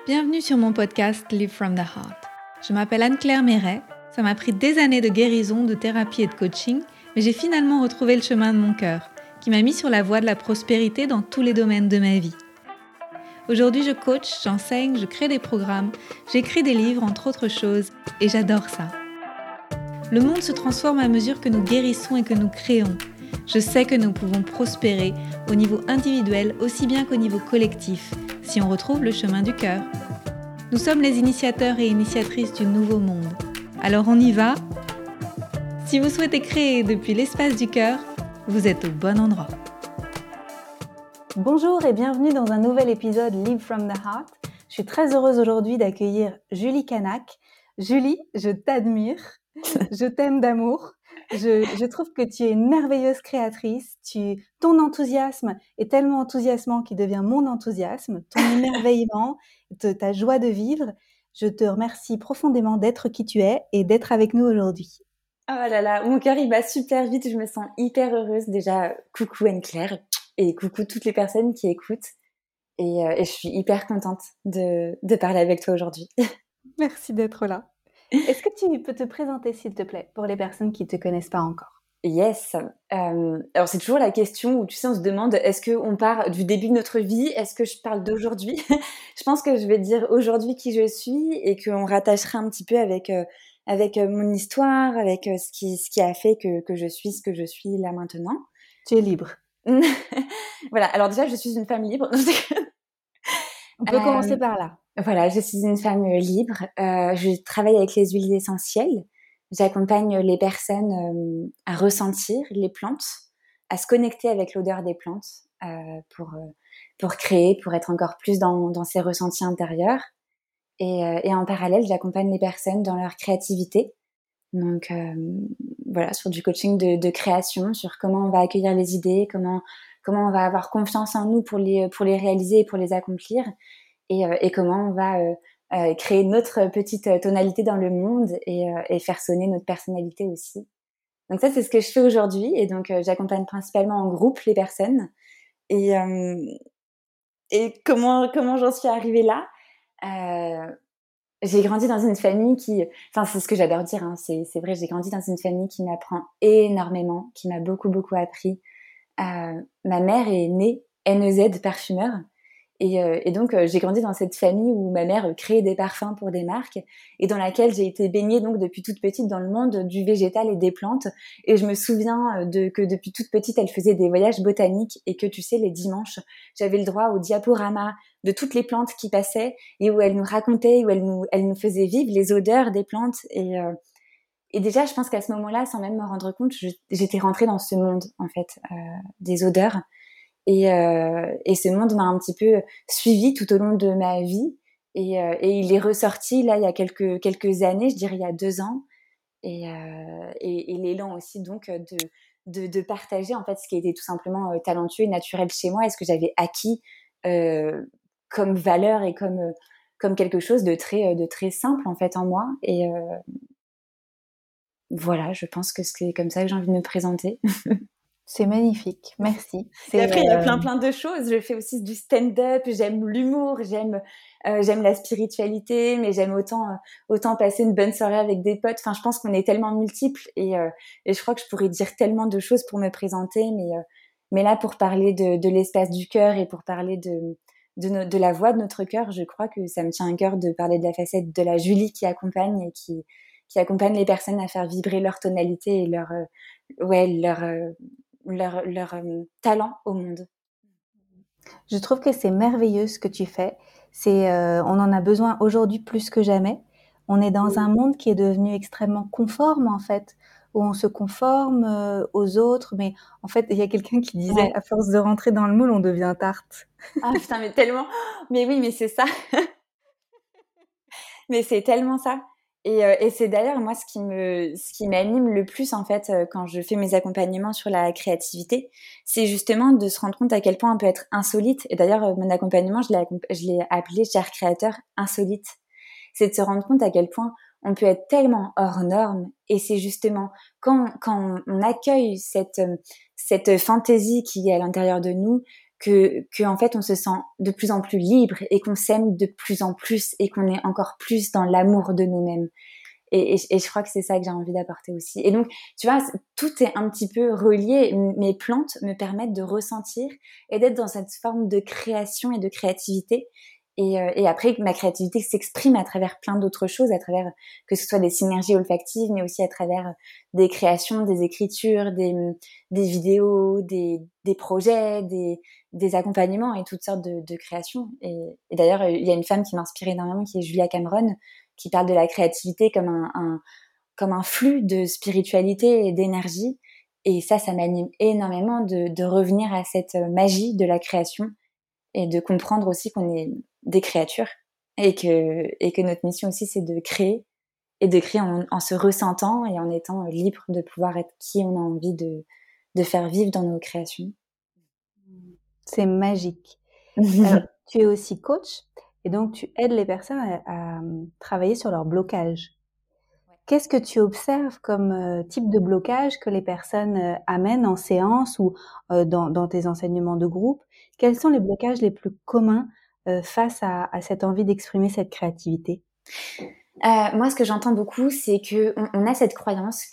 Bienvenue sur mon podcast Live from the Heart. Je m'appelle Anne-Claire Méret. Ça m'a pris des années de guérison, de thérapie et de coaching, mais j'ai finalement retrouvé le chemin de mon cœur, qui m'a mis sur la voie de la prospérité dans tous les domaines de ma vie. Aujourd'hui, je coach, j'enseigne, je crée des programmes, j'écris des livres, entre autres choses, et j'adore ça. Le monde se transforme à mesure que nous guérissons et que nous créons. Je sais que nous pouvons prospérer au niveau individuel aussi bien qu'au niveau collectif, si on retrouve le chemin du cœur. Nous sommes les initiateurs et initiatrices du nouveau monde. Alors on y va ? Si vous souhaitez créer depuis l'espace du cœur, vous êtes au bon endroit. Bonjour et bienvenue dans un nouvel épisode Live from the Heart. Je suis très heureuse aujourd'hui d'accueillir Julie Canac. Julie, je t'admire, je t'aime d'amour. Je trouve que tu es une merveilleuse créatrice. Ton enthousiasme est tellement enthousiasmant qu'il devient mon enthousiasme. Ton émerveillement, ta joie de vivre. Je te remercie profondément d'être qui tu es et d'être avec nous aujourd'hui. Oh là là, mon cœur il bat super vite, je me sens hyper heureuse. Déjà, coucou Anne-Claire et coucou toutes les personnes qui écoutent. Et je suis hyper contente de parler avec toi aujourd'hui. Merci d'être là. Est-ce que tu peux te présenter s'il te plaît pour les personnes qui ne te connaissent pas encore ? Yes. Alors c'est toujours la question où tu sais on se demande est-ce qu'on part du début de notre vie, est-ce que je parle d'aujourd'hui ? Je pense que je vais dire aujourd'hui qui je suis et qu'on rattachera un petit peu avec mon histoire, avec ce qui a fait que je suis ce que je suis là maintenant. Tu es libre. Voilà, alors déjà je suis une femme libre. On peut commencer par là. Voilà, je suis une femme libre. Je travaille avec les huiles essentielles. J'accompagne les personnes à ressentir les plantes, à se connecter avec l'odeur des plantes pour créer, pour être encore plus dans ces ressentis intérieurs. Et en parallèle, j'accompagne les personnes dans leur créativité. Donc voilà, sur du coaching de création, sur comment on va accueillir les idées, comment on va avoir confiance en nous pour les réaliser et pour les accomplir. Et comment on va créer notre petite tonalité dans le monde et faire sonner notre personnalité aussi. Donc ça, c'est ce que je fais aujourd'hui. Et donc, j'accompagne principalement en groupe les personnes. Et comment j'en suis arrivée là ? J'ai grandi dans une famille enfin, c'est ce que j'adore dire, hein, c'est vrai, j'ai grandi dans une famille qui m'apprend énormément, qui m'a beaucoup, beaucoup appris. Ma mère est née NEZ parfumeur. Et donc, j'ai grandi dans cette famille où ma mère créait des parfums pour des marques et dans laquelle j'ai été baignée donc depuis toute petite dans le monde du végétal et des plantes. Et je me souviens que depuis toute petite, elle faisait des voyages botaniques et que, tu sais, les dimanches, j'avais le droit au diaporama de toutes les plantes qui passaient et où elle nous racontait, où elle nous faisait vivre les odeurs des plantes. Et déjà, je pense qu'à ce moment-là, sans même me rendre compte, j'étais rentrée dans ce monde, en fait, des odeurs. Et ce monde m'a un petit peu suivie tout au long de ma vie et il est ressorti là il y a quelques années, je dirais il y a 2 ans et l'élan aussi donc de partager en fait ce qui était tout simplement talentueux et naturel chez moi et ce que j'avais acquis comme valeur et comme quelque chose de très simple en fait en moi et voilà, je pense que c'est comme ça que j'ai envie de me présenter. C'est magnifique, merci. Et après, il y a plein de choses. Je fais aussi du stand-up, j'aime l'humour, j'aime la spiritualité, mais j'aime autant passer une bonne soirée avec des potes. Enfin, je pense qu'on est tellement multiples et je crois que je pourrais dire tellement de choses pour me présenter, mais là, pour parler de l'espace du cœur et pour parler de la voix de notre cœur, je crois que ça me tient à cœur de parler de la facette de la Julie qui accompagne et qui accompagne les personnes à faire vibrer leur tonalité et leur talent au monde. Je trouve que c'est merveilleux ce que tu fais. On en a besoin aujourd'hui plus que jamais. On est dans un monde qui est devenu extrêmement conforme en fait, où on se conforme aux autres. Mais en fait, il y a quelqu'un qui disait, à force de rentrer dans le moule, on devient tarte. Ah putain, mais tellement. Mais oui, mais c'est ça. Mais c'est tellement ça. Et c'est d'ailleurs moi ce qui m'anime le plus en fait quand je fais mes accompagnements sur la créativité, c'est justement de se rendre compte à quel point on peut être insolite. Et d'ailleurs mon accompagnement je l'ai appelé Cher créateur insolite. C'est de se rendre compte à quel point on peut être tellement hors norme. Et c'est justement quand on accueille cette fantaisie qui est à l'intérieur de nous que en fait on se sent de plus en plus libre et qu'on s'aime de plus en plus et qu'on est encore plus dans l'amour de nous-mêmes. Et je crois que c'est ça que j'ai envie d'apporter aussi. Et donc, tu vois, tout est un petit peu relié. Mes plantes me permettent de ressentir et d'être dans cette forme de création et de créativité. Et après, ma créativité s'exprime à travers plein d'autres choses, à travers que ce soit des synergies olfactives, mais aussi à travers des créations, des écritures, des vidéos, des projets, des accompagnements et toutes sortes de créations. Et d'ailleurs, il y a une femme qui m'inspire énormément, qui est Julia Cameron, qui parle de la créativité comme un flux de spiritualité et d'énergie. Et ça m'anime énormément de revenir à cette magie de la création et de comprendre aussi qu'on est des créatures et que notre mission aussi, c'est de créer et de créer en se ressentant et en étant libre de pouvoir être qui on a envie de faire vivre dans nos créations. C'est magique. Tu es aussi coach et donc tu aides les personnes à travailler sur leurs blocages. Qu'est-ce que tu observes comme type de blocage que les personnes amènent en séance ou dans tes enseignements de groupe? Quels sont les blocages les plus communs face à cette envie d'exprimer cette créativité? Moi, ce que j'entends beaucoup, c'est que on a cette croyance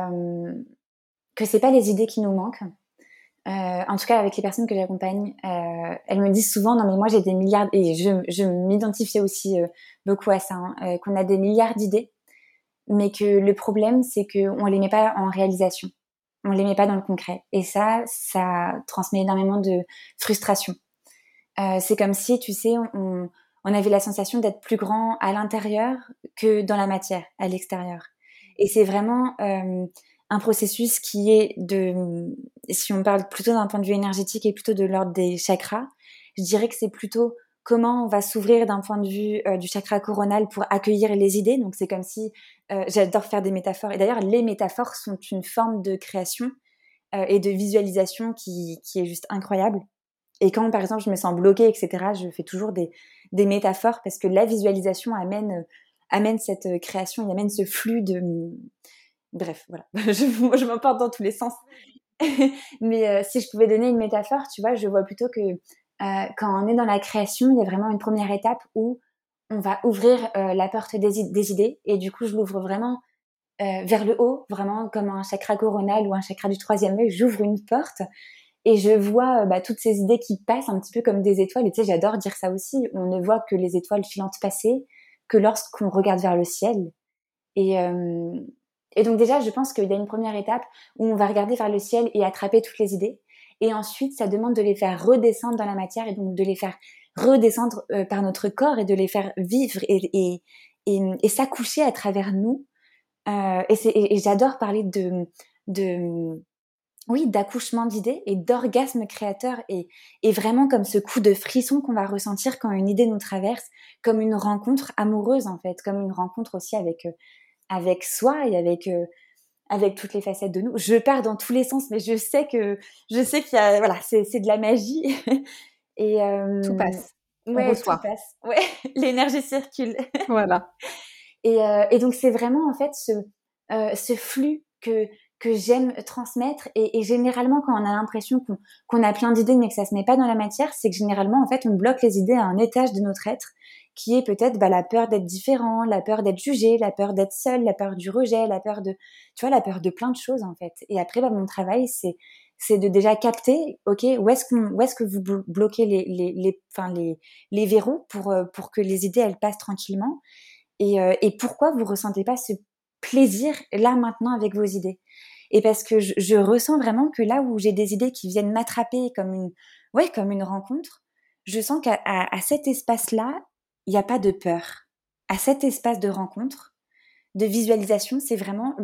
que c'est pas les idées qui nous manquent. En tout cas, avec les personnes que j'accompagne, elles me disent souvent, non mais moi j'ai des milliards, et je m'identifiais aussi beaucoup à ça, hein, qu'on a des milliards d'idées, mais que le problème c'est que on les met pas en réalisation, on les met pas dans le concret, et ça transmet énormément de frustration. C'est comme si, tu sais, on avait la sensation d'être plus grand à l'intérieur que dans la matière, à l'extérieur. Et c'est vraiment un processus qui est si on parle plutôt d'un point de vue énergétique et plutôt de l'ordre des chakras, je dirais que c'est plutôt comment on va s'ouvrir d'un point de vue du chakra coronal pour accueillir les idées. Donc c'est comme si, j'adore faire des métaphores, et d'ailleurs les métaphores sont une forme de création et de visualisation qui est juste incroyable. Et quand, par exemple, je me sens bloquée, etc., je fais toujours des métaphores parce que la visualisation amène cette création, il amène ce flux de... Bref, voilà. Je m'emporte dans tous les sens. Mais si je pouvais donner une métaphore, tu vois, je vois plutôt que quand on est dans la création, il y a vraiment une première étape où on va ouvrir la porte des idées. Et du coup, je l'ouvre vraiment vers le haut, vraiment comme un chakra coronal ou un chakra du troisième œil. J'ouvre une porte. Et je vois toutes ces idées qui passent un petit peu comme des étoiles. Et tu sais, j'adore dire ça aussi. On ne voit que les étoiles filantes passer que lorsqu'on regarde vers le ciel. Et donc déjà, je pense qu'il y a une première étape où on va regarder vers le ciel et attraper toutes les idées. Et ensuite, ça demande de les faire redescendre dans la matière et donc de les faire redescendre par notre corps et de les faire vivre et s'accoucher à travers nous. Et j'adore parler oui, d'accouchement d'idées et d'orgasme créateur et vraiment comme ce coup de frisson qu'on va ressentir quand une idée nous traverse, comme une rencontre amoureuse en fait, comme une rencontre aussi avec soi et avec toutes les facettes de nous. Je pars dans tous les sens, mais je sais qu'il y a, voilà, c'est de la magie. Et Tout passe. On ouais, tout reçoit. passe. Ouais, l'énergie circule. Voilà. Et donc c'est vraiment en fait ce flux que j'aime transmettre, et généralement quand on a l'impression qu'on a plein d'idées mais que ça se met pas dans la matière, c'est que généralement en fait on bloque les idées à un étage de notre être qui est peut-être la peur d'être différent, la peur d'être jugé, la peur d'être seul, la peur du rejet, la peur de plein de choses en fait. Et après mon travail c'est de déjà capter, ok, où est-ce que vous bloquez les verrous pour que les idées elles passent tranquillement, et pourquoi vous ressentez pas ce plaisir là maintenant avec vos idées. Et parce que je ressens vraiment que là où j'ai des idées qui viennent m'attraper comme une rencontre, je sens qu'à cet espace-là, il n'y a pas de peur. À cet espace de rencontre, de visualisation, c'est vraiment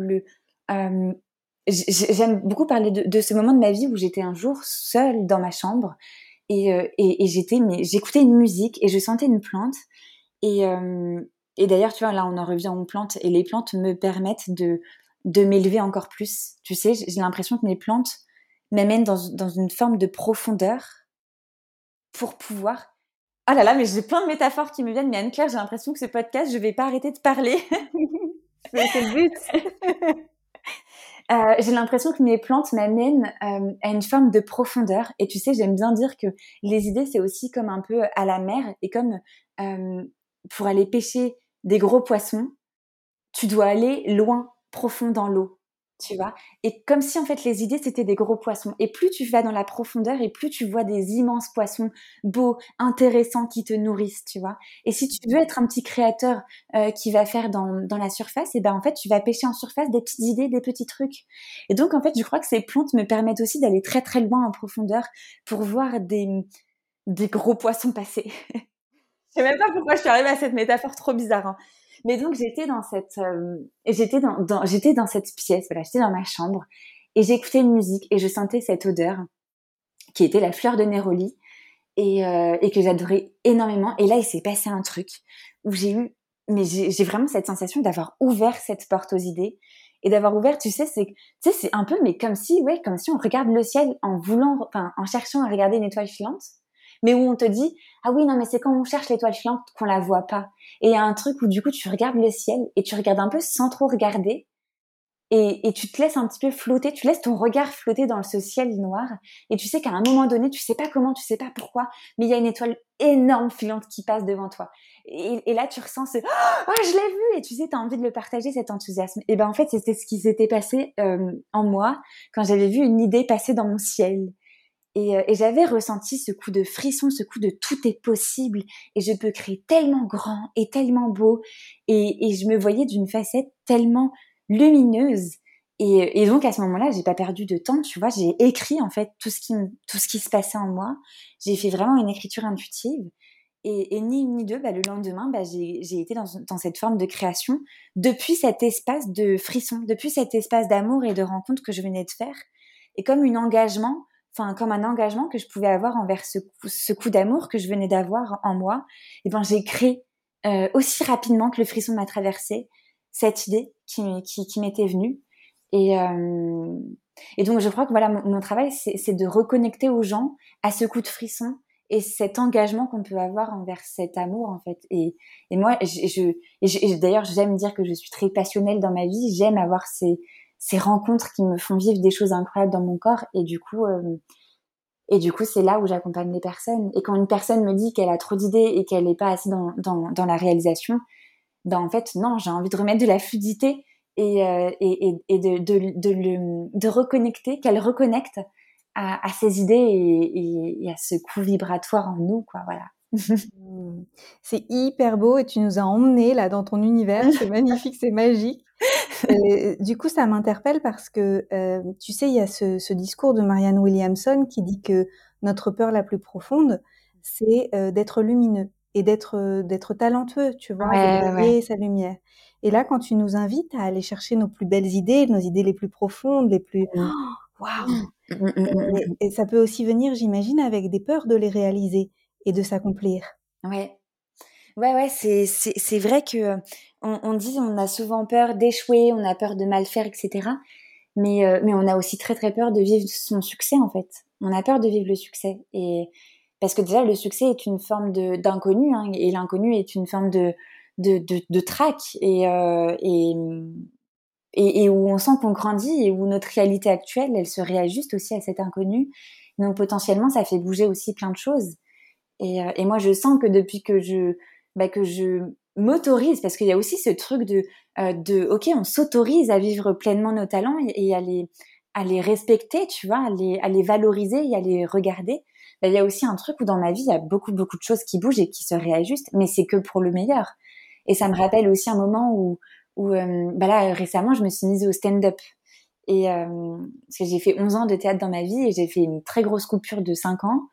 j'aime beaucoup parler de ce moment de ma vie où j'étais un jour seule dans ma chambre et j'écoutais une musique et je sentais une plante et, et d'ailleurs, tu vois, là, on en revient aux plantes, et les plantes me permettent de m'élever encore plus. Tu sais, j'ai l'impression que mes plantes m'amènent dans une forme de profondeur pour pouvoir... Ah là là, mais j'ai plein de métaphores qui me viennent, mais Anne-Claire, j'ai l'impression que ce podcast, je vais pas arrêter de parler. C'est le but. J'ai l'impression que mes plantes m'amènent à une forme de profondeur. Et tu sais, j'aime bien dire que les idées, c'est aussi comme un peu à la mer. Et comme pour aller pêcher des gros poissons, tu dois aller loin, profond dans l'eau, tu vois. Et comme si en fait les idées c'était des gros poissons. Et plus tu vas dans la profondeur et plus tu vois des immenses poissons beaux, intéressants qui te nourrissent, tu vois. Et si tu veux être un petit créateur qui va faire dans la surface, et ben en fait tu vas pêcher en surface des petites idées, des petits trucs. Et donc en fait je crois que ces plantes me permettent aussi d'aller très très loin en profondeur pour voir des gros poissons passer. Je sais même pas pourquoi je suis arrivée à cette métaphore trop bizarre, hein. Mais donc j'étais dans cette pièce, voilà, j'étais dans ma chambre et j'écoutais une musique et je sentais cette odeur qui était la fleur de Néroli et que j'adorais énormément. Et là, il s'est passé un truc où j'ai vraiment cette sensation d'avoir ouvert cette porte aux idées et d'avoir ouvert, tu sais, c'est un peu, mais comme si on regarde le ciel en cherchant à regarder une étoile filante, mais où on te dit, ah oui, non, mais c'est quand on cherche l'étoile filante qu'on la voit pas. Et il y a un truc où du coup, tu regardes le ciel et tu regardes un peu sans trop regarder et tu te laisses un petit peu flotter, tu laisses ton regard flotter dans ce ciel noir et tu sais qu'à un moment donné, tu sais pas comment, tu sais pas pourquoi, mais il y a une étoile énorme filante qui passe devant toi. Et là, tu ressens oh, je l'ai vu, et tu sais, t'as envie de le partager, cet enthousiasme. Et ben en fait, c'était ce qui s'était passé en moi quand j'avais vu une idée passer dans mon ciel. Et j'avais ressenti ce coup de frisson, ce coup de tout est possible et je peux créer tellement grand et tellement beau et je me voyais d'une facette tellement lumineuse et donc à ce moment-là j'ai pas perdu de temps, tu vois, j'ai écrit en fait tout ce qui se passait en moi, j'ai fait vraiment une écriture intuitive et ni une ni deux, bah, le lendemain j'ai été dans cette forme de création depuis cet espace de frisson, depuis cet espace d'amour et de rencontre que je venais de faire et comme un engagement que je pouvais avoir envers ce coup d'amour que je venais d'avoir en moi, et ben j'ai créé aussi rapidement que le frisson m'a traversé cette idée qui m'était venue. Et, euh, et donc je crois que voilà mon travail c'est de reconnecter aux gens à ce coup de frisson et cet engagement qu'on peut avoir envers cet amour en fait. Et moi d'ailleurs j'aime dire que je suis très passionnelle dans ma vie, j'aime avoir ces rencontres qui me font vivre des choses incroyables dans mon corps et du coup c'est là où j'accompagne les personnes et quand une personne me dit qu'elle a trop d'idées et qu'elle n'est pas assez dans la réalisation, ben en fait non, j'ai envie de remettre de la fluidité et de reconnecter, qu'elle reconnecte à ses idées et à ce coup vibratoire en nous, quoi, voilà. Mmh. C'est hyper beau et tu nous as emmenés là dans ton univers, c'est magnifique, c'est magique. Et du coup, ça m'interpelle parce que tu sais, il y a ce discours de Marianne Williamson qui dit que notre peur la plus profonde, c'est d'être lumineux et d'être talentueux, tu vois, de Ouais, ouais. briller sa lumière. Et là, quand tu nous invites à aller chercher nos plus belles idées, nos idées les plus profondes, les plus Mm. waouh. Mm, mm, mm, mm. Et ça peut aussi venir, j'imagine, avec des peurs de les réaliser et de s'accomplir. Ouais. Ouais, ouais, c'est vrai que on dit on a souvent peur d'échouer, on a peur de mal faire, etc. Mais on a aussi très très peur de vivre son succès en fait. On a peur de vivre le succès et parce que déjà le succès est une forme de d'inconnu hein, et l'inconnu est une forme de trac et où on sent qu'on grandit et où notre réalité actuelle elle se réajuste aussi à cet inconnu. Donc potentiellement ça fait bouger aussi plein de choses. Et moi, je sens que depuis que je m'autorise, parce qu'il y a aussi ce truc ok, on s'autorise à vivre pleinement nos talents et à les respecter, tu vois, à les valoriser et à les regarder. Ben, il y a aussi un truc où dans ma vie, il y a beaucoup, beaucoup de choses qui bougent et qui se réajustent, mais c'est que pour le meilleur. Et ça me rappelle aussi un moment où ben là, récemment, je me suis mise au stand-up. Parce que j'ai fait 11 ans de théâtre dans ma vie et j'ai fait une très grosse coupure de 5 ans.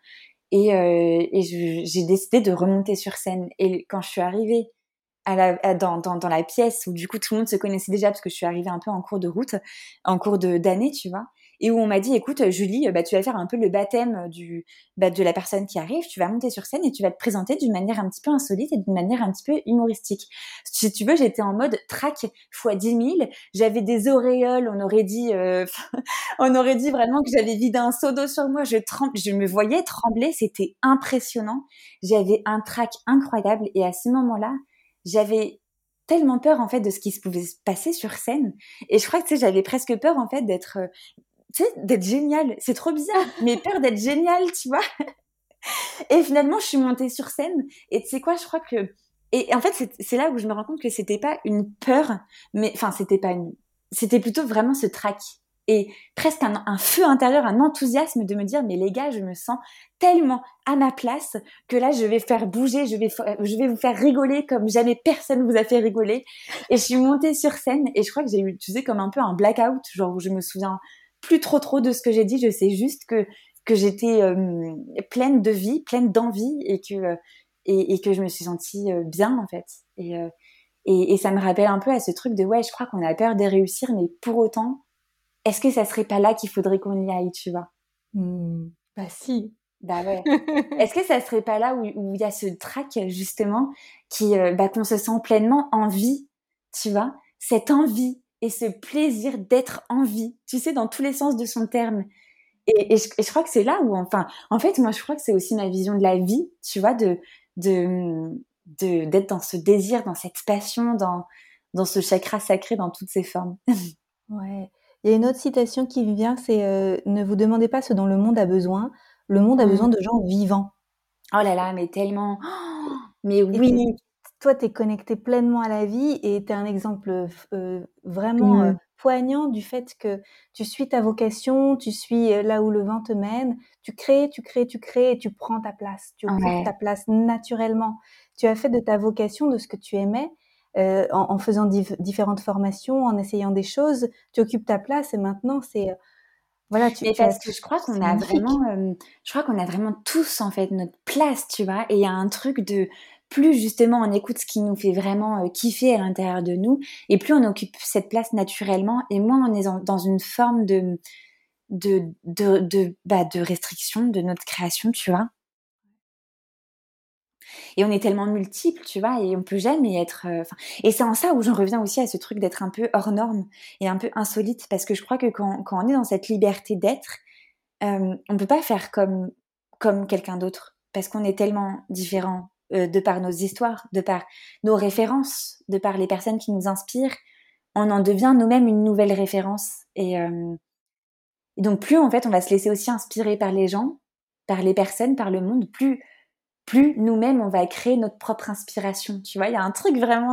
J'ai décidé de remonter sur scène. Et quand je suis arrivée dans la pièce où du coup tout le monde se connaissait déjà parce que je suis arrivée un peu en cours de route, en cours d'année, tu vois, et où on m'a dit, écoute, Julie, bah, tu vas faire un peu le baptême de la personne qui arrive, tu vas monter sur scène et tu vas te présenter d'une manière un petit peu insolite et d'une manière un petit peu humoristique. Si tu veux, j'étais en mode track fois 10 000, j'avais des auréoles, on aurait dit vraiment que j'avais vidé un seau d'eau sur moi, je me voyais trembler, c'était impressionnant, j'avais un track incroyable et à ce moment-là, j'avais tellement peur en fait de ce qui se pouvait se passer sur scène. Et je crois que tu sais, j'avais presque peur en fait d'être, tu sais, d'être géniale. C'est trop bizarre, mais peur d'être géniale, tu vois. Et finalement, je suis montée sur scène. Et tu sais quoi, je crois que... Et en fait, c'est là où je me rends compte que c'était pas une peur, mais enfin, c'était plutôt vraiment ce trac. Et presque un feu intérieur, un enthousiasme de me dire, mais les gars, je me sens tellement à ma place que là, je vais faire bouger, je vais vous faire rigoler comme jamais personne vous a fait rigoler. Et je suis montée sur scène et je crois que j'ai eu, tu sais, comme un peu un blackout, genre où je me souviens plus trop de ce que j'ai dit. Je sais juste que j'étais pleine de vie, pleine d'envie et que je me suis sentie bien en fait. Et ça me rappelle un peu à ce truc de ouais, je crois qu'on a peur de réussir, mais pour autant, est-ce que ça serait pas là qu'il faudrait qu'on y aille, tu vois? Bah si. Bah ouais. Est-ce que ça serait pas là où il y a ce trac justement qui qu'on se sent pleinement en vie, tu vois? Cette envie et ce plaisir d'être en vie, tu sais, dans tous les sens de son terme. Et je crois que c'est là où, enfin, en fait, moi, je crois que c'est aussi ma vision de la vie, tu vois, d'être dans ce désir, dans cette passion, dans ce chakra sacré, dans toutes ses formes. Ouais. Il y a une autre citation qui me vient, c'est ne vous demandez pas ce dont le monde a besoin. Le monde a besoin Mm. de gens vivants. Oh là là, mais tellement. Oh, mais Et oui. toi, tu es connecté pleinement à la vie et tu es un exemple vraiment Mm. poignant du fait que tu suis ta vocation, tu suis là où le vent te mène, tu crées, tu crées, tu crées et tu prends ta place, tu occupes ta Ouais. place naturellement. Tu as fait de ta vocation, de ce que tu aimais, en faisant différentes formations, en essayant des choses, tu occupes ta place et maintenant c'est voilà, Mais tu as, parce que je crois qu'on c'est a magnifique. vraiment, je crois qu'on a vraiment tous en fait notre place, tu vois. Et il y a un truc de plus justement on écoute ce qui nous fait vraiment kiffer à l'intérieur de nous, et plus on occupe cette place naturellement, et moins on est dans une forme de restriction de notre création, tu vois. Et on est tellement multiples, tu vois, et on peut jamais être. Et c'est en ça où j'en reviens aussi à ce truc d'être un peu hors norme et un peu insolite, parce que je crois que quand on est dans cette liberté d'être, on peut pas faire comme quelqu'un d'autre, parce qu'on est tellement différents de par nos histoires, de par nos références, de par les personnes qui nous inspirent. On en devient nous-mêmes une nouvelle référence. Et donc plus en fait on va se laisser aussi inspirer par les gens, par les personnes, par le monde, plus nous-mêmes on va créer notre propre inspiration. Tu vois, il y a un truc vraiment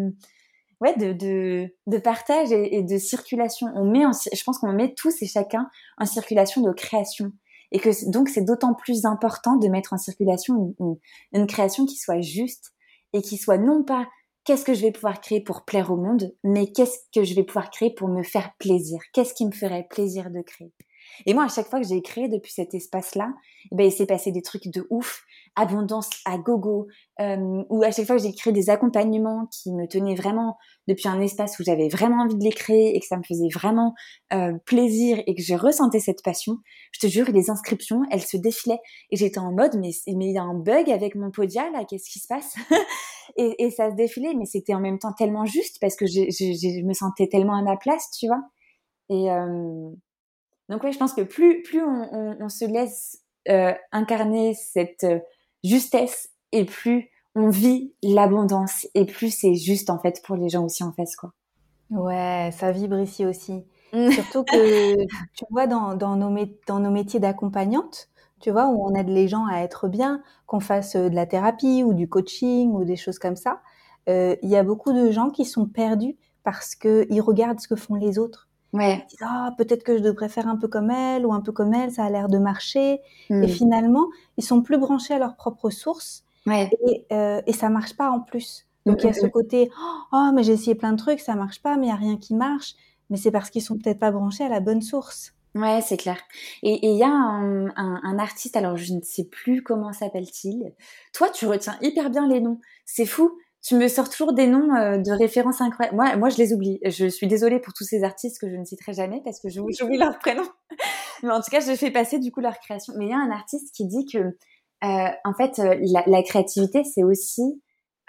de partage et de circulation. Je pense qu'on met tous et chacun en circulation nos créations. Et que donc c'est d'autant plus important de mettre en circulation une création qui soit juste et qui soit non pas qu'est-ce que je vais pouvoir créer pour plaire au monde, mais qu'est-ce que je vais pouvoir créer pour me faire plaisir. Qu'est-ce qui me ferait plaisir de créer. Et moi, à chaque fois que j'ai créé depuis cet espace-là, il s'est passé des trucs de ouf, abondance à gogo, ou à chaque fois que j'ai créé des accompagnements qui me tenaient vraiment depuis un espace où j'avais vraiment envie de les créer et que ça me faisait vraiment plaisir et que je ressentais cette passion, je te jure, les inscriptions, elles se défilaient et j'étais en mode mais il y a un bug avec mon Podia là, qu'est-ce qui se passe? Et ça se défilait, mais c'était en même temps tellement juste parce que je me sentais tellement à ma place, tu vois. Et donc ouais, je pense que plus on se laisse incarner cette justesse, et plus on vit l'abondance, et plus c'est juste en fait pour les gens aussi en face, quoi. Ouais, ça vibre ici aussi. Surtout que, tu vois, dans nos métiers d'accompagnante, tu vois, où on aide les gens à être bien, qu'on fasse de la thérapie ou du coaching ou des choses comme ça, il y a beaucoup de gens qui sont perdus parce qu'ils regardent ce que font les autres. Ils Ouais. disent, ah, peut-être que je devrais faire un peu comme elle ou un peu comme elle, ça a l'air de marcher. Et Mm. finalement, ils sont plus branchés à leur propre source Ouais. et ça marche pas en plus. Mm, Donc il y a mm, ce mm. côté, oh mais j'ai essayé plein de trucs, ça marche pas, mais il y a rien qui marche. Mais c'est parce qu'ils sont peut-être pas branchés à la bonne source. Ouais, c'est clair. Et il y a un artiste, alors je ne sais plus comment s'appelle-t-il. Toi, tu retiens hyper bien les noms. C'est fou. Tu me sors toujours des noms de références incroyables. Moi, je les oublie. Je suis désolée pour tous ces artistes que je ne citerai jamais parce que j'oublie leur prénom. Mais en tout cas, je fais passer du coup leur création. Mais il y a un artiste qui dit que, en fait, la créativité, c'est aussi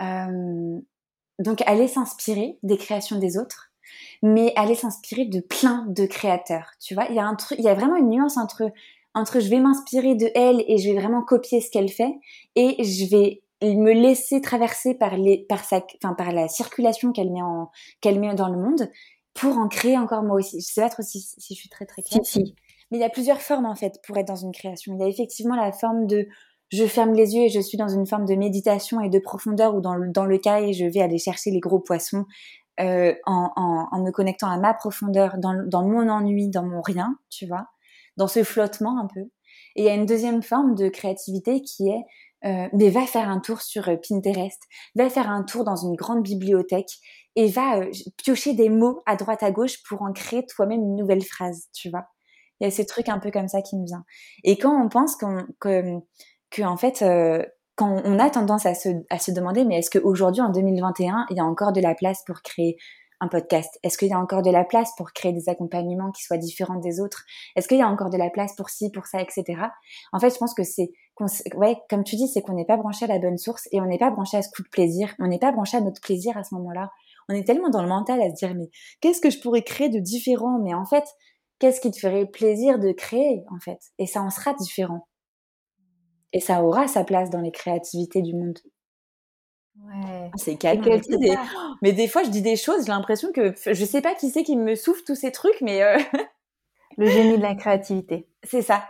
donc aller s'inspirer des créations des autres, mais aller s'inspirer de plein de créateurs. Tu vois, il y a un truc, il y a vraiment une nuance entre je vais m'inspirer de elle et je vais vraiment copier ce qu'elle fait, et je vais me laisser traverser par la circulation qu'elle met dans le monde pour en créer encore moi aussi. Je sais pas trop si je suis très très claire. Si. Mais il y a plusieurs formes en fait pour être dans une création. Il y a effectivement la forme de je ferme les yeux et je suis dans une forme de méditation et de profondeur, ou dans le cas et je vais aller chercher les gros poissons en me connectant à ma profondeur, dans mon ennui, dans mon rien, tu vois, dans ce flottement un peu. Et il y a une deuxième forme de créativité qui est mais va faire un tour sur Pinterest, va faire un tour dans une grande bibliothèque et va piocher des mots à droite à gauche pour en créer toi-même une nouvelle phrase, tu vois. Il y a ces trucs un peu comme ça qui me viennent. Et quand on pense que en fait, quand on a tendance à se demander, mais est-ce qu'aujourd'hui, en 2021, il y a encore de la place pour créer un podcast? Est-ce qu'il y a encore de la place pour créer des accompagnements qui soient différents des autres? Est-ce qu'il y a encore de la place pour ci, pour ça, etc. En fait, je pense que ouais, comme tu dis, c'est qu'on n'est pas branché à la bonne source et on n'est pas branché à ce coup de plaisir. On n'est pas branché à notre plaisir à ce moment-là. On est tellement dans le mental à se dire, mais qu'est-ce que je pourrais créer de différent? Mais en fait, qu'est-ce qui te ferait plaisir de créer, en fait? Et ça en sera différent. Et ça aura sa place dans les créativités du monde. Ouais. C'est calme. Mais des fois, je dis des choses, j'ai l'impression que je sais pas qui c'est qui me souffle tous ces trucs, mais Le génie de la créativité. c'est ça.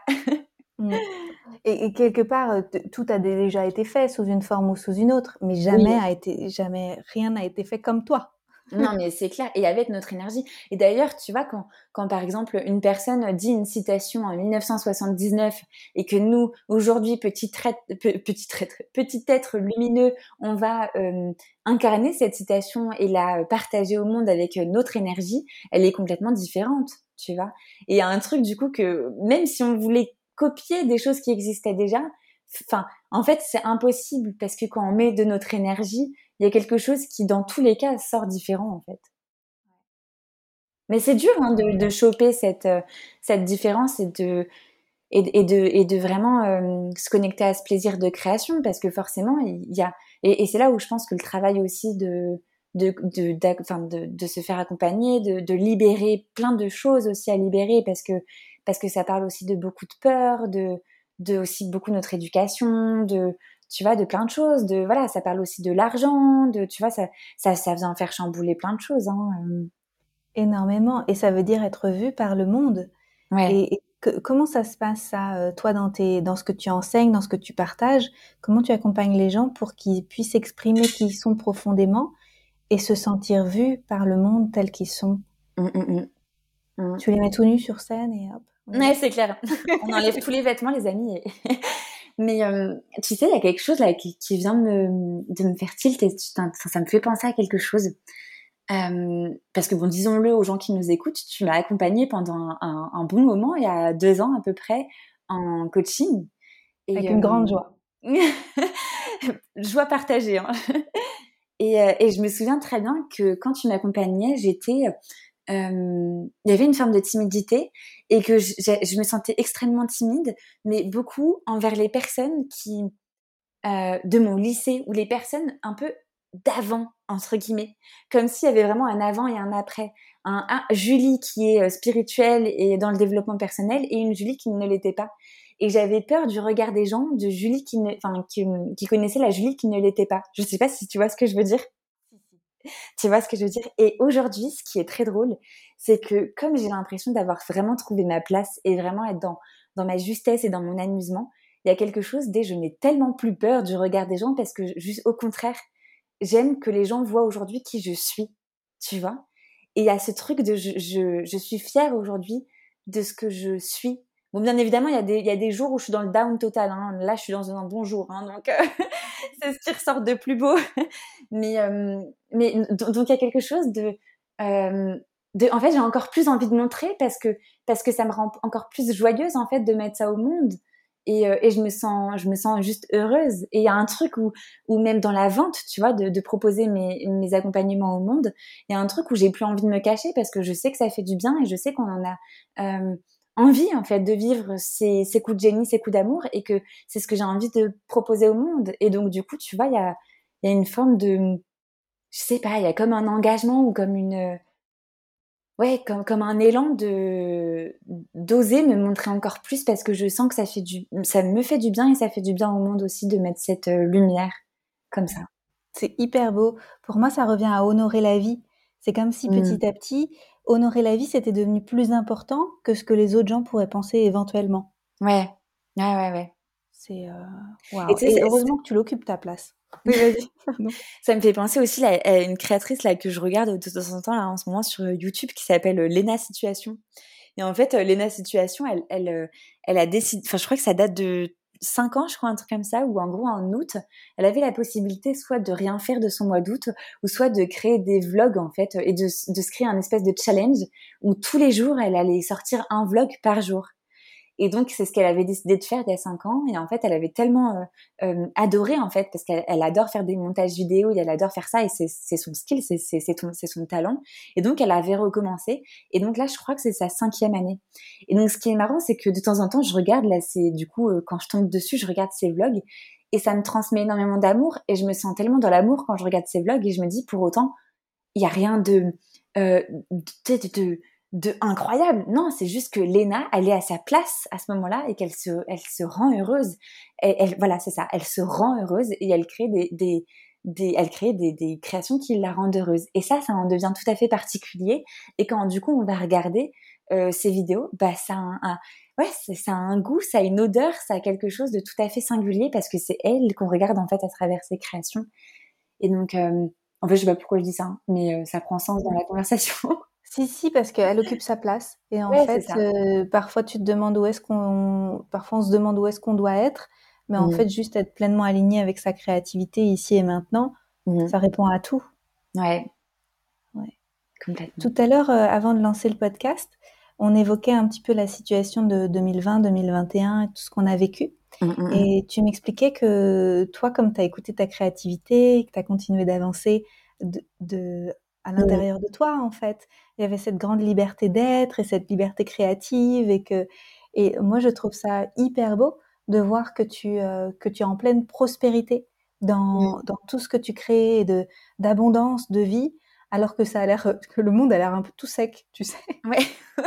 Et quelque part, tout a déjà été fait sous une forme ou sous une autre, mais jamais rien n'a été fait comme toi. Non, mais c'est clair. Et avec notre énergie. Et d'ailleurs, tu vois, quand par exemple, une personne dit une citation en 1979 et que nous, aujourd'hui, petit être lumineux, on va incarner cette citation et la partager au monde avec notre énergie, elle est complètement différente, tu vois. Et il y a un truc, du coup, que même si on voulait copier des choses qui existaient déjà, enfin, en fait, c'est impossible parce que quand on met de notre énergie, il y a quelque chose qui, dans tous les cas, sort différent, en fait. Mais c'est dur hein, de choper cette différence et de vraiment se connecter à ce plaisir de création, parce que forcément, il y a... Et c'est là où je pense que le travail aussi de se faire accompagner, de libérer plein de choses aussi à libérer, parce que ça parle aussi de beaucoup de peur, de aussi beaucoup notre éducation, tu vois, de plein de choses, voilà, ça parle aussi de l'argent, tu vois, ça vient faire chambouler plein de choses, hein. Énormément. Et ça veut dire être vu par le monde. Ouais. Et comment ça se passe, ça, toi, dans ce que tu enseignes, dans ce que tu partages? Comment tu accompagnes les gens pour qu'ils puissent exprimer qui ils sont profondément et se sentir vus par le monde tels qu'ils sont? Tu les mets tout nus sur scène et hop. Ouais, c'est clair. On enlève tous les vêtements, les amis. Mais tu sais, il y a quelque chose là qui vient de me faire tilt et ça me fait penser à quelque chose. Parce que bon, disons-le aux gens qui nous écoutent, tu m'as accompagnée pendant un bon moment, il y a 2 ans à peu près, en coaching. Et, Avec une grande joie. joie partagée. Hein. Et je me souviens très bien que quand tu m'accompagnais, il y avait une forme de timidité et que je me sentais extrêmement timide, mais beaucoup envers les personnes de mon lycée, ou les personnes un peu d'avant, entre guillemets, comme s'il y avait vraiment un avant et un après. Julie qui est spirituelle et dans le développement personnel, et une Julie qui ne l'était pas. Et j'avais peur du regard des gens, de Julie qui connaissait la Julie qui ne l'était pas. Je sais pas si tu vois ce que je veux dire. Tu vois ce que je veux dire? Et aujourd'hui, ce qui est très drôle, c'est que comme j'ai l'impression d'avoir vraiment trouvé ma place et vraiment être dans ma justesse et dans mon amusement, il y a quelque chose je n'ai tellement plus peur du regard des gens, parce que juste au contraire, j'aime que les gens voient aujourd'hui qui je suis, tu vois? Et il y a ce truc de je suis fière aujourd'hui de ce que je suis. Bon, bien évidemment, il y a des jours où je suis dans le down total, hein. Là, je suis dans un bon jour, hein, donc c'est ce qui ressort de plus beau. Donc il y a quelque chose en fait, j'ai encore plus envie de montrer, parce que ça me rend encore plus joyeuse en fait de mettre ça au monde, et je me sens juste heureuse. Et il y a un truc où même dans la vente, tu vois, de proposer mes accompagnements au monde, il y a un truc où j'ai plus envie de me cacher, parce que je sais que ça fait du bien et je sais qu'on en a envie en fait de vivre ces coups de génie, ces coups d'amour, et que c'est ce que j'ai envie de proposer au monde. Et donc du coup, tu vois, il y a une forme de, je sais pas, il y a comme un engagement, ou comme ouais, comme un élan d'oser me montrer encore plus, parce que je sens que ça me fait du bien, et ça fait du bien au monde aussi de mettre cette lumière. comme ça. C'est hyper beau. Pour moi, ça revient à honorer la vie. C'est comme si Mmh. petit à petit, honorer la vie, c'était devenu plus important que ce que les autres gens pourraient penser éventuellement. Ouais. Ouais. C'est Et waouh. tu sais, Et heureusement que tu l'occupes ta place. Oui, vas-y. Pardon. ça me fait penser aussi là, à une créatrice là que je regarde de temps en temps là en ce moment sur YouTube qui s'appelle Lena Situation. Et en fait, Lena Situation, elle a décidé, enfin je crois que ça date de 5 ans, je crois, un truc comme ça, où en gros en août, elle avait la possibilité soit de rien faire de son mois d'août, ou soit de créer des vlogs en fait, et de se créer un espèce de challenge où tous les jours elle allait sortir un vlog par jour. Et donc, c'est ce qu'elle avait décidé de faire il y a 5 ans. Et en fait, elle avait tellement adoré, en fait, parce qu'elle adore faire des montages vidéo, et elle adore faire ça, et c'est son skill, c'est son talent. Et donc, elle avait recommencé. Et donc là, je crois que c'est sa 5e année. Et donc, ce qui est marrant, c'est que de temps en temps, je regarde, là, c'est du coup, quand je tombe dessus, je regarde ses vlogs, et ça me transmet énormément d'amour, et je me sens tellement dans l'amour quand je regarde ses vlogs, et je me dis, pour autant, il y a rien euh, de de incroyable. Non, c'est juste que Léna, elle est à sa place à ce moment-là et elle se rend heureuse. Voilà, c'est ça. Elle se rend heureuse et elle crée elle crée des créations qui la rendent heureuse. Et ça en devient tout à fait particulier. Et quand du coup on va regarder ces vidéos, bah ça a ouais, ça a un goût, ça a une odeur, ça a quelque chose de tout à fait singulier parce que c'est elle qu'on regarde en fait à travers ses créations. Et donc, en fait, je sais pas pourquoi je dis ça, hein, mais ça prend sens dans la conversation. Si, si, parce qu'elle occupe sa place. Et en Ouais, c'est fait, ça. parfois tu te demandes parfois on se demande où est-ce qu'on doit être, mais en Mmh. fait, juste être pleinement aligné avec sa créativité ici et maintenant, Mmh. ça répond à tout. Ouais, Ouais. complètement. Tout à l'heure, avant de lancer le podcast, on évoquait un petit peu la situation de 2020, 2021 et tout ce qu'on a vécu. Mmh, mmh, mmh. Et tu m'expliquais que toi, comme tu as écouté ta créativité, que tu as continué d'avancer à Mmh. l'intérieur de toi, en fait, il y avait cette grande liberté d'être et cette liberté créative et moi, je trouve ça hyper beau de voir que tu es en pleine prospérité Mmh. dans tout ce que tu crées et d'abondance, de vie, alors que ça a l'air, que le monde a l'air un peu tout sec, tu sais. Ouais.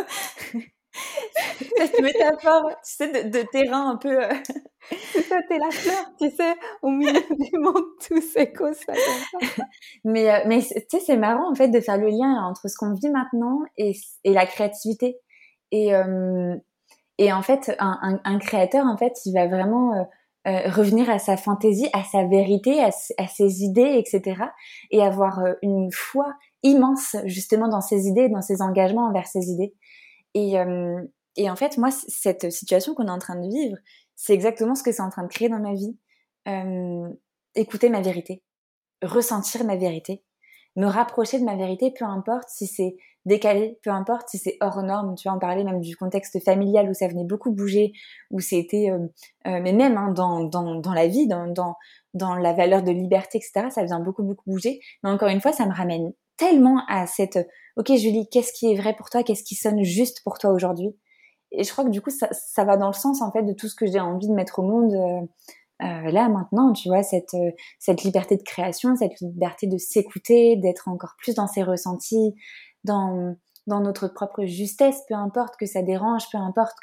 Cette métaphore, tu sais, de terrain un peu, C'est ça, t'es la fleur, tu sais, au milieu du monde tout secco, ça, comme ça. mais tu sais, c'est marrant, en fait, de faire le lien entre ce qu'on vit maintenant et la créativité. Et hem Et en fait, un créateur, en fait, il va vraiment revenir à sa fantaisie, à sa vérité, à ses idées, etc. Et avoir une foi immense justement dans ses idées, dans ses engagements envers ses idées. Et, euh, et en fait, moi, cette situation qu'on est en train de vivre, c'est exactement ce que c'est en train de créer dans ma vie. Euh, Écouter ma vérité, ressentir ma vérité, me rapprocher de ma vérité, peu importe si c'est décalé, peu importe si c'est hors norme. Tu vois, on parlait même du contexte familial où ça venait beaucoup bouger, où c'était, mais même hein, dans la vie, dans la valeur de liberté, etc., ça vient beaucoup bouger. Mais encore une fois, ça me ramène tellement à cette, ok Julie, qu'est-ce qui est vrai pour toi, qu'est-ce qui sonne juste pour toi aujourd'hui? Et je crois que du coup, ça va dans le sens en fait de tout ce que j'ai envie de mettre au monde. Là maintenant, tu vois, cette liberté de création, cette liberté de s'écouter, d'être encore plus dans ses ressentis, dans, dans notre propre justesse, peu importe que ça dérange, peu importe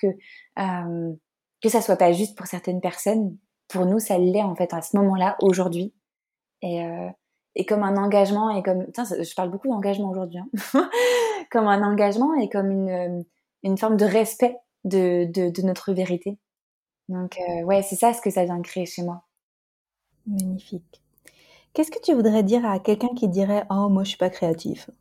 que ça soit pas juste pour certaines personnes, pour nous, ça l'est en fait à ce moment-là, aujourd'hui. Et, euh, et comme un engagement, et comme... Tiens, je parle beaucoup d'engagement aujourd'hui, hein. Comme un engagement et comme une forme de respect de notre vérité. Donc, ouais, c'est ça ce que ça vient de créer chez moi. Magnifique. Qu'est-ce que tu voudrais dire à quelqu'un qui dirait: «Oh, moi, je suis pas créatif»?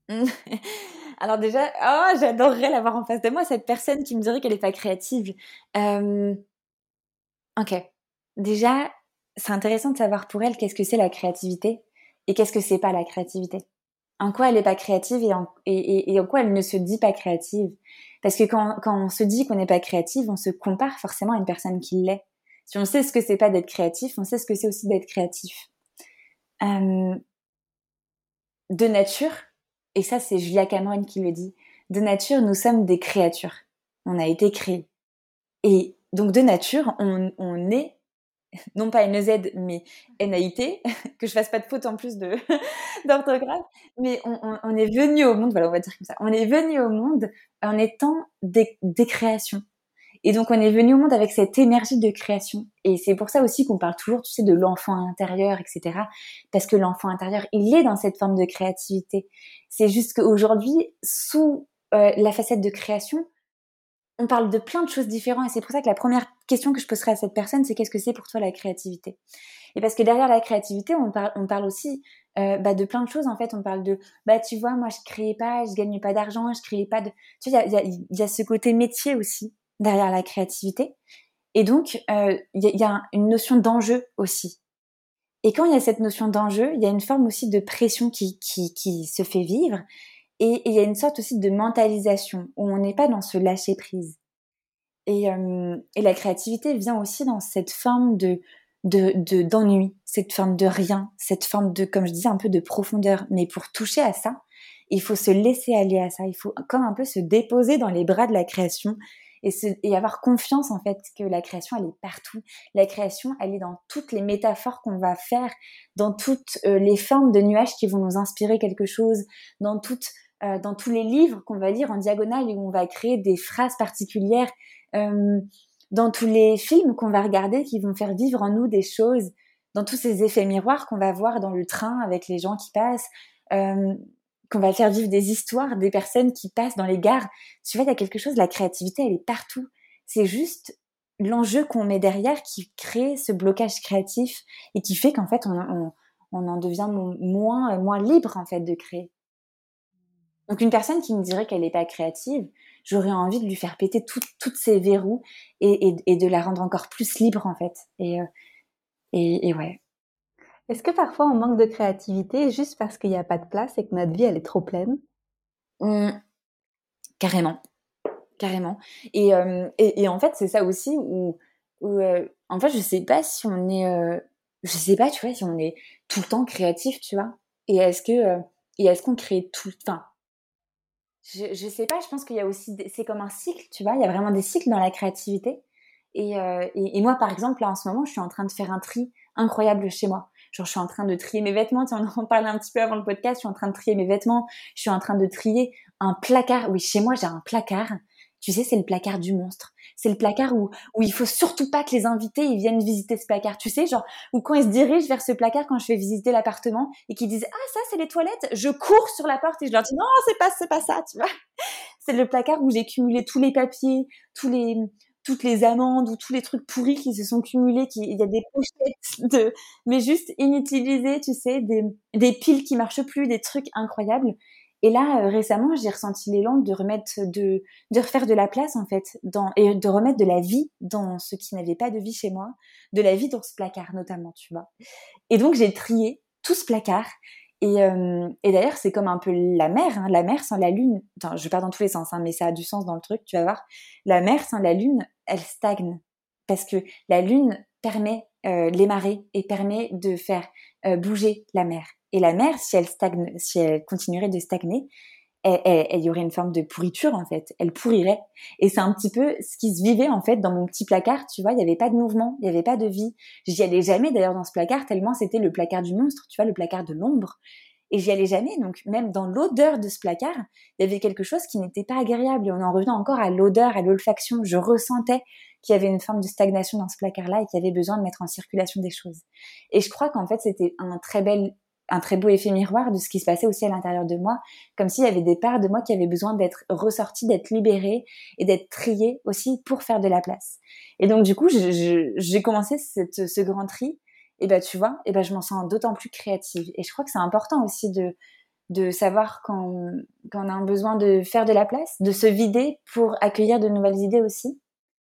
Alors déjà, oh, j'adorerais l'avoir en face de moi, cette personne qui me dirait qu'elle est pas créative. Euh, ok. Déjà, c'est intéressant de savoir pour elle qu'est-ce que c'est la créativité et qu'est-ce que c'est pas la créativité. En quoi elle est pas créative et en quoi elle ne se dit pas créative. Parce que quand on se dit qu'on n'est pas créative, on se compare forcément à une personne qui l'est. Si on sait ce que c'est pas d'être créatif, on sait ce que c'est aussi d'être créatif. Euh, de nature, et ça c'est Julia Cameron qui le dit, de nature nous sommes des créatures. On a été créés. Et donc de nature, on est, non pas N-E-Z, mais N-A-I-T, que je fasse pas de faute en plus d'orthographe, mais on est venu au monde, voilà, on va dire comme ça, on est venu au monde en étant des créations. Et donc, on est venu au monde avec cette énergie de création. Et c'est pour ça aussi qu'on parle toujours, tu sais, de l'enfant intérieur, etc. Parce que l'enfant intérieur, il est dans cette forme de créativité. C'est juste qu'aujourd'hui, sous la facette de création, on parle de plein de choses différentes. Et c'est pour ça que la première question que je poserai à cette personne, c'est qu'est-ce que c'est pour toi la créativité? Et parce que derrière la créativité, on parle aussi de plein de choses. En fait, on parle de, tu vois, moi, je créais pas, je gagne pas d'argent, je créais pas de... Tu vois, il y a ce côté métier aussi derrière la créativité. Et donc, il y a une notion d'enjeu aussi. Et quand il y a cette notion d'enjeu, il y a une forme aussi de pression qui se fait vivre. Et il y a une sorte aussi de mentalisation où on n'est pas dans ce lâcher-prise. Et la créativité vient aussi dans cette forme d'ennui, cette forme de rien, cette forme de, comme je disais, un peu de profondeur. Mais pour toucher à ça, il faut se laisser aller à ça. Il faut comme un peu se déposer dans les bras de la création et avoir confiance en fait que la création, elle est partout. La création, elle est dans toutes les métaphores qu'on va faire, dans toutes les formes de nuages qui vont nous inspirer quelque chose, dans tous les livres qu'on va lire en diagonale où on va créer des phrases particulières, dans tous les films qu'on va regarder qui vont faire vivre en nous des choses, dans tous ces effets miroirs qu'on va voir dans le train avec les gens qui passent, qu'on va faire vivre des histoires des personnes qui passent dans les gares. Tu vois, il y a quelque chose, la créativité, elle est partout. C'est juste l'enjeu qu'on met derrière qui crée ce blocage créatif et qui fait qu'en fait, on en devient moins libre en fait de créer. Donc une personne qui me dirait qu'elle n'est pas créative, j'aurais envie de lui faire péter toutes ses verrous et de la rendre encore plus libre en fait. Et ouais. Est-ce que parfois on manque de créativité juste parce qu'il n'y a pas de place et que notre vie elle est trop pleine? Carrément. Carrément. Et en fait, c'est ça aussi où en fait, je sais pas si on est, je sais pas, tu vois, si on est tout le temps créatif, tu vois. Et est-ce qu'on crée tout le temps? Je sais pas, je pense qu'il y a aussi, c'est comme un cycle, tu vois, il y a vraiment des cycles dans la créativité. Et moi, par exemple, là, en ce moment, je suis en train de faire un tri incroyable chez moi. Genre, je suis en train de trier mes vêtements, tu en parlais un petit peu avant le podcast, je suis en train de trier mes vêtements, je suis en train de trier un placard. Oui, chez moi, j'ai un placard. Tu sais, c'est le placard du monstre. C'est le placard où il faut surtout pas que les invités ils viennent visiter ce placard. Tu sais, genre, ou quand ils se dirigent vers ce placard quand je vais visiter l'appartement et qu'ils disent, ah, ça, c'est les toilettes, je cours sur la porte et je leur dis, non, c'est pas ça, tu vois. C'est le placard où j'ai cumulé tous les papiers, toutes les amendes ou tous les trucs pourris qui se sont cumulés, il y a des pochettes mais juste inutilisées, tu sais, des piles qui marchent plus, des trucs incroyables. Et là, récemment, j'ai ressenti l'élan de refaire de la place, en fait, et de remettre de la vie dans ce qui n'avait pas de vie chez moi, de la vie dans ce placard, notamment, tu vois. Et donc, j'ai trié tout ce placard. Et d'ailleurs, c'est comme un peu la mer, hein. La mer sans la lune, enfin, je pars dans tous les sens, hein, mais ça a du sens dans le truc, tu vas voir. La mer sans la lune, elle stagne. Parce que la lune permet les marées et permet de faire bouger la mer. Et la mer, si elle continuerait de stagner, il y aurait une forme de pourriture en fait, elle pourrirait. Et c'est un petit peu ce qui se vivait en fait dans mon petit placard, tu vois, il y avait pas de mouvement, il y avait pas de vie. J'y allais jamais d'ailleurs dans ce placard tellement c'était le placard du monstre, tu vois, le placard de l'ombre. Et j'y allais jamais, donc même dans l'odeur de ce placard, il y avait quelque chose qui n'était pas agréable. Et on en revenait encore à l'odeur, à l'olfaction. Je ressentais qu'il y avait une forme de stagnation dans ce placard-là et qu'il y avait besoin de mettre en circulation des choses. Et je crois qu'en fait c'était un très beau effet miroir de ce qui se passait aussi à l'intérieur de moi, comme s'il y avait des parts de moi qui avaient besoin d'être ressorties, d'être libérées et d'être triées aussi pour faire de la place. Et donc du coup, j'ai commencé ce grand tri, et tu vois, et je m'en sens d'autant plus créative. Et je crois que c'est important aussi de savoir quand on a un besoin de faire de la place, de se vider pour accueillir de nouvelles idées aussi.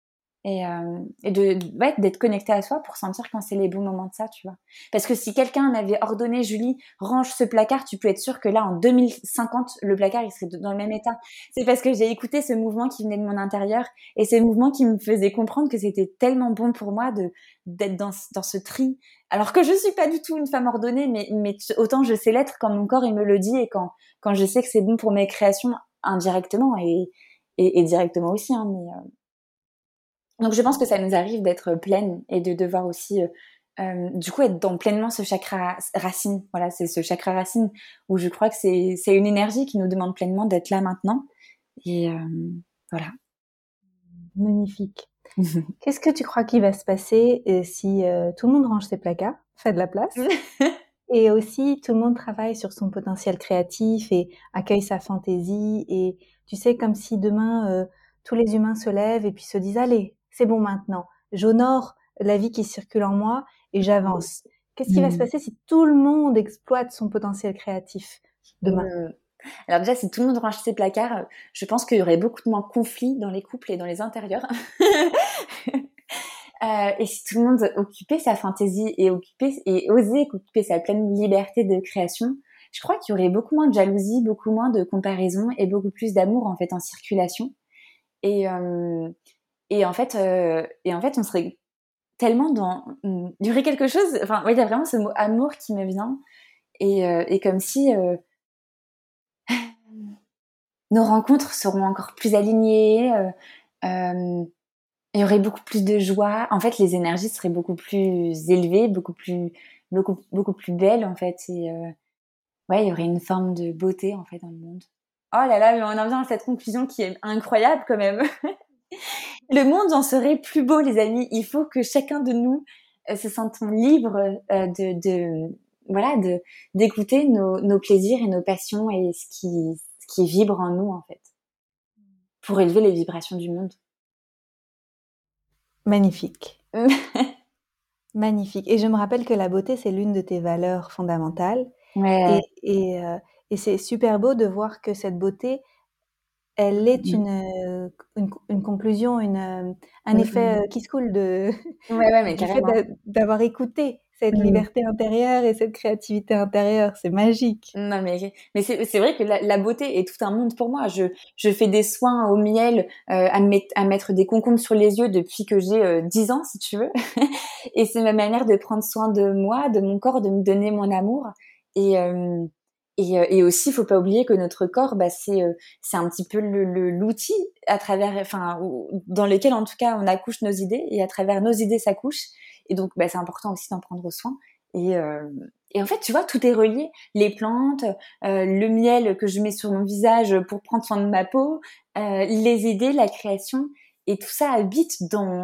D'être connecté à soi pour sentir quand c'est les bons moments de ça, tu vois. Parce que si quelqu'un m'avait ordonné, Julie, range ce placard, tu peux être sûre que là, en 2050, le placard, il serait dans le même état. C'est parce que j'ai écouté ce mouvement qui venait de mon intérieur et ce mouvement qui me faisait comprendre que c'était tellement bon pour moi d'être dans ce tri. Alors que je suis pas du tout une femme ordonnée, mais autant je sais l'être quand mon corps, il me le dit et quand je sais que c'est bon pour mes créations indirectement et directement aussi, hein, donc je pense que ça nous arrive d'être pleine et de devoir aussi, du coup, être dans pleinement ce chakra racine. Voilà, c'est ce chakra racine où je crois que c'est une énergie qui nous demande pleinement d'être là maintenant. Et voilà. Magnifique. Qu'est-ce que tu crois qu'il va se passer si tout le monde range ses placards, fait de la place, et aussi tout le monde travaille sur son potentiel créatif et accueille sa fantaisie, et tu sais, comme si demain tous les humains se lèvent et puis se disent allez, c'est bon maintenant, j'honore la vie qui circule en moi et j'avance. Qu'est-ce qui va se passer si tout le monde exploite son potentiel créatif demain? Alors déjà, si tout le monde range ses placards, je pense qu'il y aurait beaucoup moins de conflits dans les couples et dans les intérieurs. Et si tout le monde occupait sa fantaisie et osait occuper sa pleine liberté de création, je crois qu'il y aurait beaucoup moins de jalousie, beaucoup moins de comparaison et beaucoup plus d'amour en fait en circulation. Et en fait, on serait tellement il y aurait quelque chose. Enfin, oui, il y a vraiment ce mot amour qui me vient et comme si nos rencontres seront encore plus alignées. Il y aurait beaucoup plus de joie. En fait, les énergies seraient beaucoup plus élevées, beaucoup plus belles, en fait. Et ouais, il y aurait une forme de beauté, en fait, dans le monde. Oh là là, mais on en vient à cette conclusion qui est incroyable, quand même. Le monde en serait plus beau, les amis. Il faut que chacun de nous se sente libre voilà, d'écouter nos plaisirs et nos passions et ce qui vibre en nous, en fait, pour élever les vibrations du monde. Magnifique. Magnifique. Et je me rappelle que la beauté, c'est l'une de tes valeurs fondamentales. Ouais. Et c'est super beau de voir que cette beauté, elle est une conclusion, un effet qui se coule Ouais, mais du fait carrément. d'avoir écouté cette liberté intérieure et cette créativité intérieure. C'est magique. Non, mais c'est vrai que la beauté est tout un monde pour moi. Je fais des soins au miel, à mettre des concombres sur les yeux depuis que j'ai 10 ans, si tu veux. Et c'est ma manière de prendre soin de moi, de mon corps, de me donner mon amour. Et, et aussi, faut pas oublier que notre corps, bah, c'est un petit peu l'outil à travers, enfin, dans lequel, en tout cas, on accouche nos idées et à travers nos idées s'accouchent. Et donc, bah, c'est important aussi d'en prendre soin. Et, et en fait, tu vois, tout est relié. Les plantes, le miel que je mets sur mon visage pour prendre soin de ma peau, les idées, la création. Et tout ça habite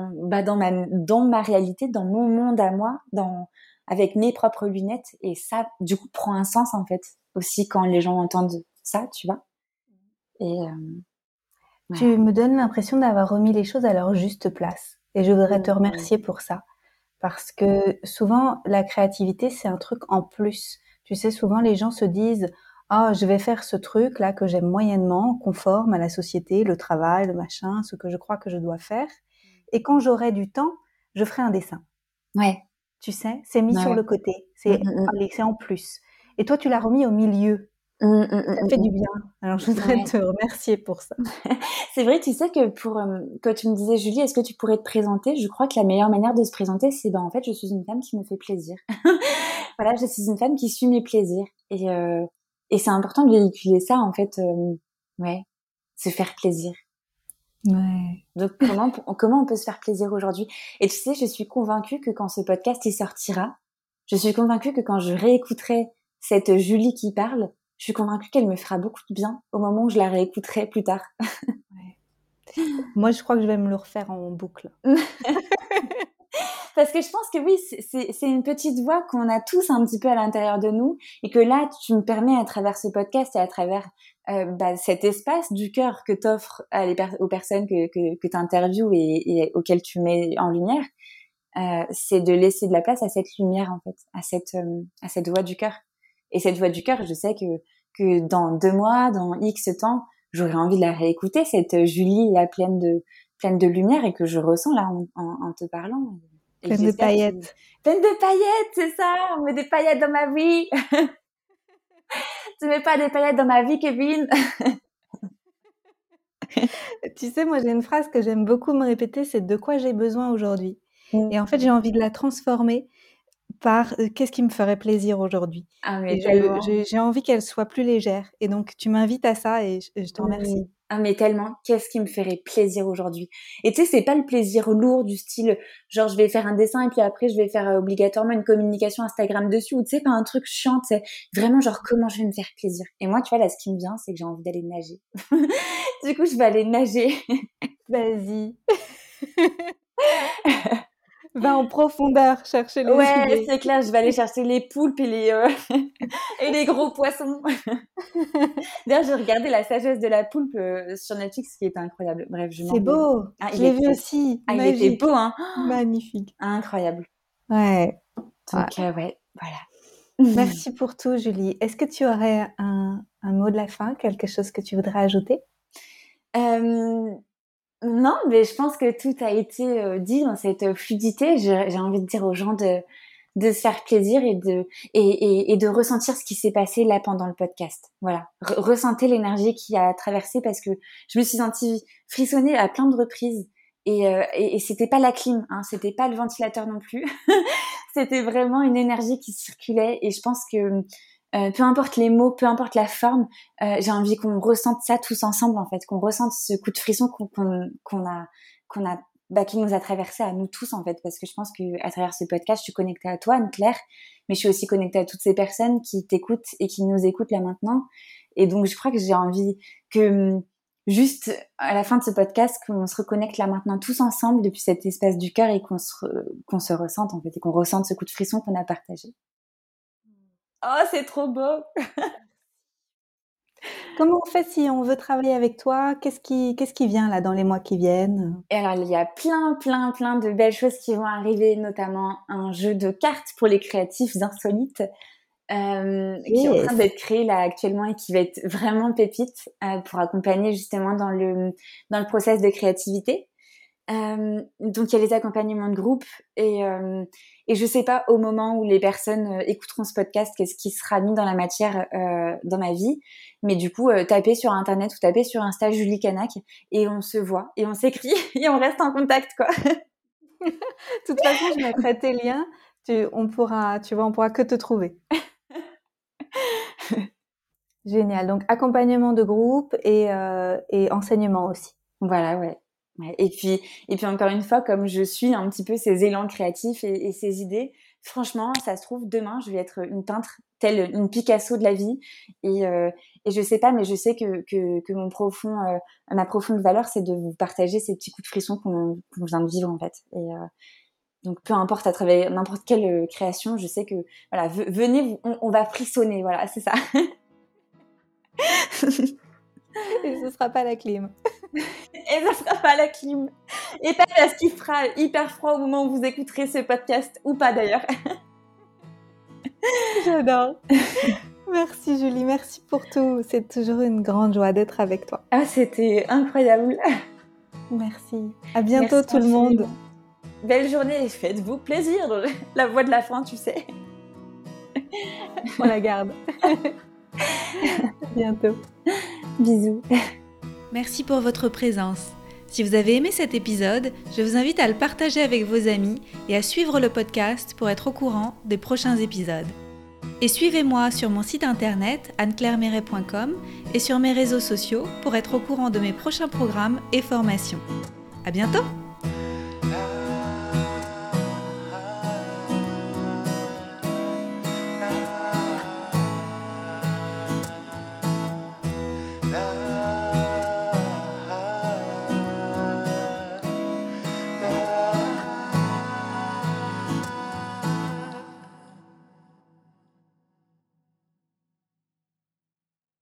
dans ma réalité, dans mon monde à moi, avec mes propres lunettes. Et ça, du coup, prend un sens, en fait, aussi quand les gens entendent ça, tu vois. Et voilà. Tu me donnes l'impression d'avoir remis les choses à leur juste place. Et je voudrais te remercier pour ça. Parce que souvent, la créativité, c'est un truc en plus. Tu sais, souvent, les gens se disent, ah, je vais faire ce truc là que j'aime moyennement, conforme à la société, le travail, le machin, ce que je crois que je dois faire. Et quand j'aurai du temps, je ferai un dessin. Ouais. Tu sais, c'est mis sur le côté. Allez, c'est en plus. Et toi, tu l'as remis au milieu. Ça fait du bien. Alors, je voudrais te remercier pour ça. C'est vrai, tu sais que quand tu me disais, Julie, est-ce que tu pourrais te présenter? Je crois que la meilleure manière de se présenter, c'est, en fait, je suis une femme qui me fait plaisir. Voilà, je suis une femme qui suit mes plaisirs. Et c'est important de véhiculer ça, en fait, ouais, se faire plaisir. Ouais. Donc, comment on peut se faire plaisir aujourd'hui? Et tu sais, je suis convaincue que quand ce podcast y sortira, je suis convaincue que quand je réécouterai cette Julie qui parle, je suis convaincue qu'elle me fera beaucoup de bien au moment où je la réécouterai plus tard. Ouais. Moi, je crois que je vais me le refaire en boucle. Parce que je pense que oui, c'est une petite voix qu'on a tous un petit peu à l'intérieur de nous et que là, tu me permets à travers ce podcast et à travers cet espace du cœur que t'offres aux personnes que t'interviews et auxquelles tu mets en lumière, c'est de laisser de la place à cette lumière en fait, à cette voix du cœur. Et cette voix du cœur, je sais que dans 2 mois, dans X temps, j'aurais envie de la réécouter, cette Julie là pleine de lumière et que je ressens là en te parlant. Et Pleine de paillettes. Pleine de paillettes, c'est ça. On met des paillettes dans ma vie. Tu mets pas des paillettes dans ma vie, Kevin. Tu sais, moi, j'ai une phrase que j'aime beaucoup me répéter, c'est de quoi j'ai besoin aujourd'hui. Et en fait, j'ai envie de la transformer par qu'est-ce qui me ferait plaisir aujourd'hui. Ah, mais Et tellement. j'ai envie qu'elle soit plus légère. Et donc, tu m'invites à ça et je te remercie. Ah mais tellement, qu'est-ce qui me ferait plaisir aujourd'hui? Et tu sais, c'est pas le plaisir lourd du style, genre je vais faire un dessin et puis après je vais faire obligatoirement une communication Instagram dessus, ou tu sais, pas un truc chiant, c'est vraiment genre comment je vais me faire plaisir. Et moi, tu vois, là, ce qui me vient, c'est que j'ai envie d'aller nager. Du coup, je vais aller nager. Vas-y. Va en profondeur chercher Ouais, c'est clair, je vais aller chercher les poulpes et les gros poissons. D'ailleurs, j'ai regardé La sagesse de la poulpe sur Netflix, qui était incroyable. Bref, je m'en C'est vais. beau. Ah, Je l'ai vu aussi. il était Magique. beau, hein. Magnifique. Incroyable. Ouais. Donc, ouais, voilà. Merci pour tout, Julie. Est-ce que tu aurais un mot de la fin, quelque chose que tu voudrais ajouter? Non, mais je pense que tout a été dit dans cette fluidité. J'ai envie de dire aux gens de se faire plaisir et de ressentir ce qui s'est passé là pendant le podcast. Voilà. Ressentez l'énergie qui a traversé, parce que je me suis sentie frissonner à plein de reprises. Et c'était pas la clim, hein, c'était pas le ventilateur non plus. C'était vraiment une énergie qui circulait, et je pense que peu importe les mots, peu importe la forme, j'ai envie qu'on ressente ça tous ensemble, en fait, qu'on ressente ce coup de frisson qui nous a traversé à nous tous, en fait, parce que je pense que à travers ce podcast, je suis connectée à toi, Anne-Claire, mais je suis aussi connectée à toutes ces personnes qui t'écoutent et qui nous écoutent là maintenant. Et donc, je crois que j'ai envie que juste à la fin de ce podcast, qu'on se reconnecte là maintenant tous ensemble depuis cet espace du cœur, et qu'on se ressente, en fait, et qu'on ressente ce coup de frisson qu'on a partagé. Oh, c'est trop beau! Comment on fait si on veut travailler avec toi? Qu'est-ce qui vient là dans les mois qui viennent? Et alors, il y a plein de belles choses qui vont arriver, notamment un jeu de cartes pour les créatifs insolites, qui est en train d'être créé là actuellement, et qui va être vraiment pépite, pour accompagner justement dans le process de créativité. Donc il y a les accompagnements de groupe, et je sais pas au moment où les personnes écouteront ce podcast qu'est-ce qui sera mis dans la matière dans ma vie, mais du coup tapez sur internet ou tapez sur Insta Julie Canac, et on se voit et on s'écrit et on reste en contact, quoi. De toute façon, je mettrai tes liens. On pourra que te trouver. Génial. Donc accompagnement de groupe et enseignement aussi. Voilà, ouais. Ouais. Et puis encore une fois, comme je suis un petit peu ces élans créatifs et ces idées, franchement, ça se trouve, demain, je vais être une peintre telle une Picasso de la vie. Et je sais pas, mais je sais que ma profonde valeur, c'est de vous partager ces petits coups de frisson qu'on vient de vivre, en fait. Et donc, peu importe, à travers n'importe quelle création, je sais que, voilà, venez, on va frissonner, voilà, c'est ça. Et ce sera pas la clim. Et ça sera pas la clim. Et pas parce qu'il fera hyper froid au moment où vous écouterez ce podcast, ou pas d'ailleurs. J'adore. Merci Julie, merci pour tout. C'est toujours une grande joie d'être avec toi. Ah, c'était incroyable. Merci. À bientôt. Merci tout infiniment. Le monde. Belle journée et faites-vous plaisir. La voix de la fin, tu sais. On la garde. À bientôt. Bisous. Merci pour votre présence. Si vous avez aimé cet épisode, je vous invite à le partager avec vos amis et à suivre le podcast pour être au courant des prochains épisodes. Et suivez-moi sur mon site internet anneclairemeret.com et sur mes réseaux sociaux pour être au courant de mes prochains programmes et formations. À bientôt!